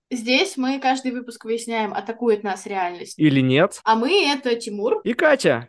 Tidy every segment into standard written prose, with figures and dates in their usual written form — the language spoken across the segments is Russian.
Здесь мы каждый выпуск выясняем, атакует нас реальность. Или нет? А мы — это Тимур. И Катя!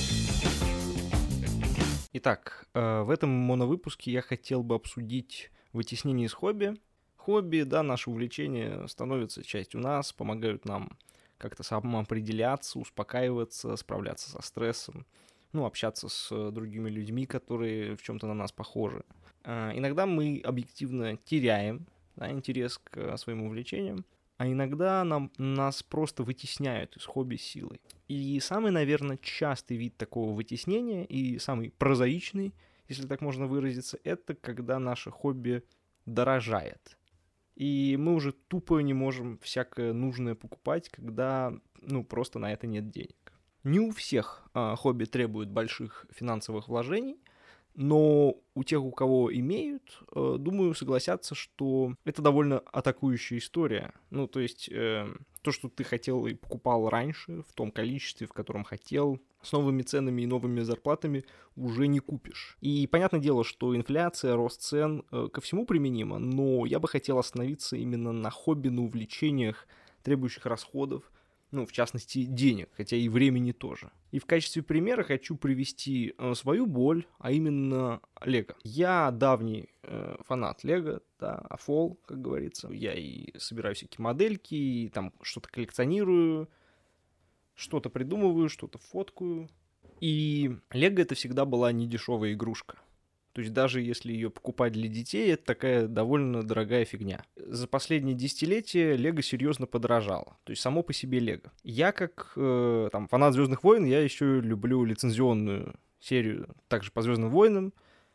Итак, в этом моновыпуске я хотел бы обсудить вытеснение из хобби. Хобби, да, наше увлечение становятся частью нас, помогают нам как-то самоопределяться, успокаиваться, справляться со стрессом, общаться с другими людьми, которые в чем-то на нас похожи. Иногда мы объективно теряем, да, интерес к своим увлечениям, а иногда нас просто вытесняют из хобби силой. И самый, наверное, частый вид такого вытеснения и самый прозаичный, если так можно выразиться, это когда наше хобби дорожает. И мы уже тупо не можем всякое нужное покупать, когда, просто на это нет денег. Не у всех хобби требует больших финансовых вложений, но у тех, у кого имеют, думаю, согласятся, что это довольно атакующая история. То есть то, что ты хотел и покупал раньше, в том количестве, в котором хотел, с новыми ценами и новыми зарплатами уже не купишь. И понятное дело, что инфляция, рост цен ко всему применима, но я бы хотел остановиться именно на хобби, на увлечениях, требующих расходов, в частности, денег, хотя и времени тоже. И в качестве примера хочу привести свою боль, а именно Лего. Я давний фанат Лего, да, афол, как говорится. Я и собираю всякие модельки, и там что-то коллекционирую, что-то придумываю, что-то фоткаю. И Лего это всегда была недешевая игрушка. То есть даже если ее покупать для детей, это такая довольно дорогая фигня. За последние десятилетия Лего серьезно подорожало. То есть само по себе Лего. Я как фанат «Звездных войн», я еще люблю лицензионную серию, также по «Звездным войнам».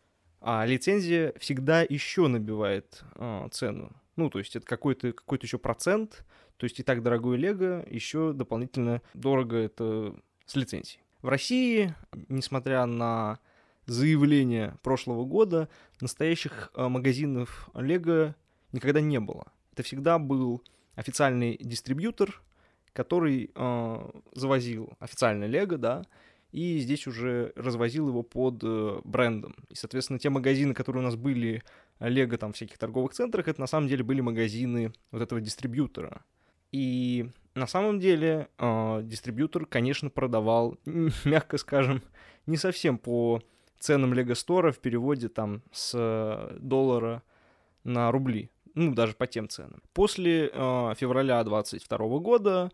А лицензия всегда еще набивает цену. То есть это какой-то еще процент. То есть и так дорогое Лего, еще дополнительно дорого это с лицензией. В России, несмотря на заявления прошлого года, настоящих магазинов Лего никогда не было. Это всегда был официальный дистрибьютор, который завозил официальное Лего, да, и здесь уже развозил его под брендом. И, соответственно, те магазины, которые у нас были Лего там в всяких торговых центрах, это на самом деле были магазины вот этого дистрибьютора. И на самом деле дистрибьютор, конечно, продавал, мягко скажем, не совсем по ценам Лего Стора в переводе там с доллара на рубли, даже по тем ценам. После февраля 2022 года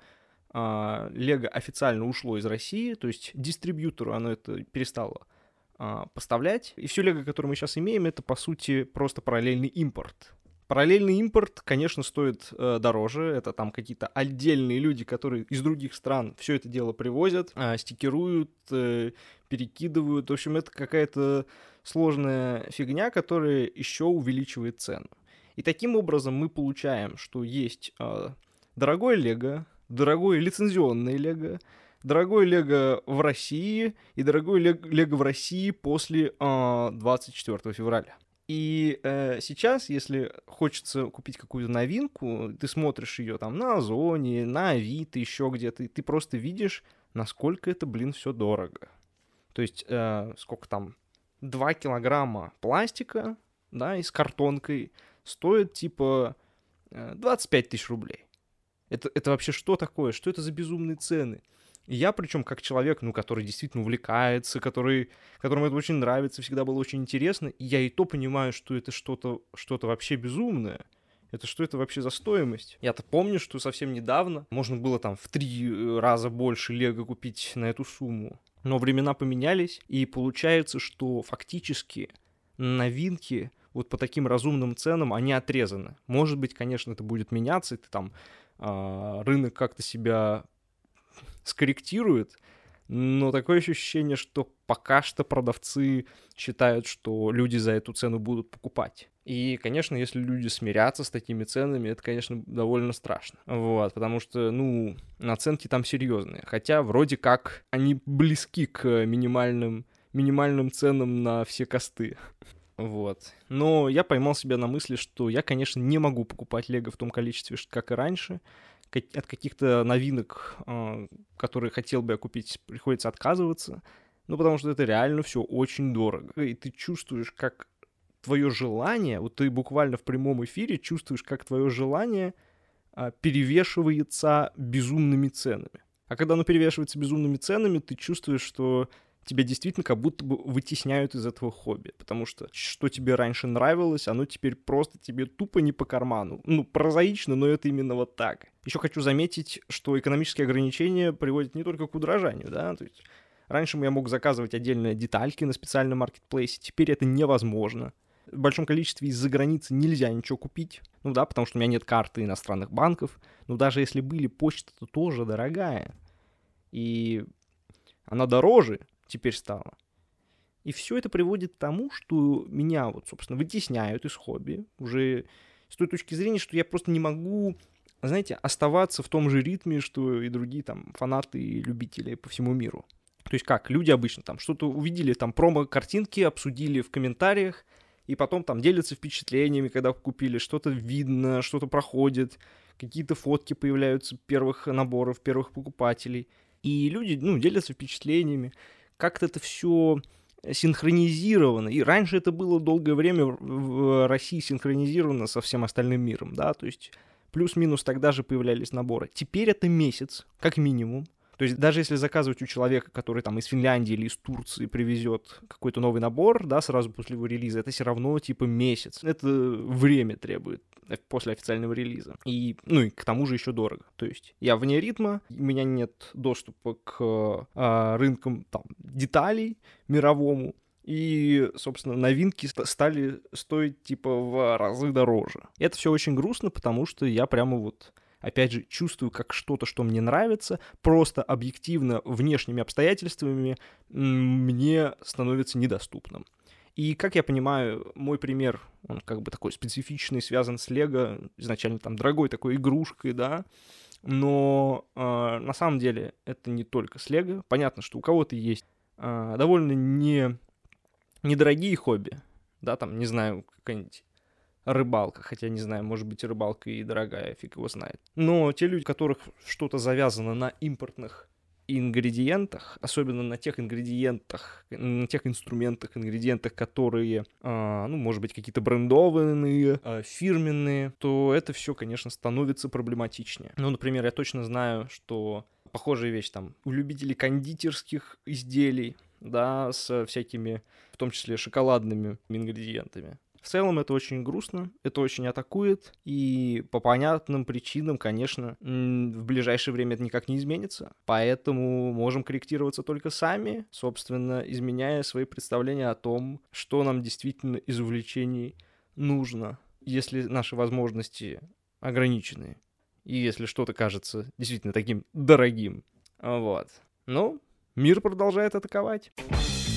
Лего официально ушло из России, то есть дистрибьютору оно это перестало поставлять. И все Лего, которое мы сейчас имеем, это, по сути, просто параллельный импорт. Параллельный импорт, конечно, стоит дороже. Это там какие-то отдельные люди, которые из других стран все это дело привозят, стикеруют, перекидывают. В общем, это какая-то сложная фигня, которая еще увеличивает цену. И таким образом мы получаем, что есть дорогое Лего, дорогое лицензионное Лего, дорогое Лего в России и дорогое Лего в России после 24 февраля. И сейчас, если хочется купить какую-то новинку, ты смотришь ее там на Озоне, на Авито, еще где-то, и ты просто видишь, насколько это, все дорого. То есть, сколько там, 2 килограмма пластика, да, и с картонкой стоит, типа, 25 тысяч рублей. Это вообще что такое? Что это за безумные цены? И я, причем, как человек, который действительно увлекается, которому это очень нравится, всегда было очень интересно, и я и то понимаю, что это что-то вообще безумное. Что это вообще за стоимость? Я-то помню, что совсем недавно можно было там в 3 раза больше Лего купить на эту сумму. Но времена поменялись, и получается, что фактически новинки вот по таким разумным ценам, они отрезаны. Может быть, конечно, это будет меняться, и ты рынок как-то себя скорректирует, но такое ощущение, что пока что продавцы считают, что люди за эту цену будут покупать. И, конечно, если люди смирятся с такими ценами, это, конечно, довольно страшно. Вот, потому что, наценки там серьезные. Хотя вроде как они близки к минимальным ценам на все косты. Вот. Но я поймал себя на мысли, что я, конечно, не могу покупать Лего в том количестве, как и раньше. От каких-то новинок, которые хотел бы я купить, приходится отказываться. Потому что это реально все очень дорого. И ты чувствуешь, как твое желание, вот ты буквально в прямом эфире чувствуешь, как твое желание перевешивается безумными ценами. А когда оно перевешивается безумными ценами, ты чувствуешь, что тебя действительно как будто бы вытесняют из этого хобби. Потому что тебе раньше нравилось, оно теперь просто тебе тупо не по карману. Ну, прозаично, но это именно вот так. Еще хочу заметить, что экономические ограничения приводят не только к удорожанию, да, то есть раньше я мог заказывать отдельные детальки на специальном маркетплейсе, теперь это невозможно. В большом количестве из-за границы нельзя ничего купить. Ну да, потому что у меня нет карты иностранных банков. Но даже если были, почта-то тоже дорогая. И она дороже теперь стала. И все это приводит к тому, что меня вот, собственно, вытесняют из хобби. Уже с той точки зрения, что я просто не могу, знаете, оставаться в том же ритме, что и другие там фанаты и любители по всему миру. То есть как, люди обычно там что-то увидели, там промо-картинки, обсудили в комментариях, и потом там делятся впечатлениями, когда купили, что-то видно, что-то проходит, какие-то фотки появляются первых наборов, первых покупателей. И люди, делятся впечатлениями. Как-то это все синхронизировано. И раньше это было долгое время в России синхронизировано со всем остальным миром, да, то есть плюс-минус тогда же появлялись наборы. Теперь это месяц, как минимум. То есть даже если заказывать у человека, который там из Финляндии или из Турции привезет какой-то новый набор, да, сразу после его релиза, это все равно типа месяц. Это время требует после официального релиза. И к тому же еще дорого. То есть я вне ритма, у меня нет доступа к рынкам там, деталей мировому, и, собственно, новинки стали стоить типа в разы дороже. И это все очень грустно, потому что я прямо вот опять же, чувствую, как что-то, что мне нравится, просто объективно внешними обстоятельствами мне становится недоступным. И, как я понимаю, мой пример, он как бы такой специфичный, связан с Лего, изначально там дорогой такой игрушкой, да, но на самом деле это не только с Лего. Понятно, что у кого-то есть довольно недорогие хобби, да, там, не знаю, какая-нибудь рыбалка, хотя, не знаю, может быть, рыбалка и дорогая, фиг его знает. Но те люди, у которых что-то завязано на импортных ингредиентах, особенно на тех ингредиентах, на тех инструментах, ингредиентах, которые, может быть, какие-то брендованные, фирменные, то это все, конечно, становится проблематичнее. Например, я точно знаю, что похожая вещь там у любителей кондитерских изделий, да, с всякими, в том числе, шоколадными ингредиентами. В целом это очень грустно, это очень атакует, и по понятным причинам, конечно, в ближайшее время это никак не изменится, поэтому можем корректироваться только сами, собственно, изменяя свои представления о том, что нам действительно из увлечений нужно, если наши возможности ограничены, и если что-то кажется действительно таким дорогим. Вот. Мир продолжает атаковать.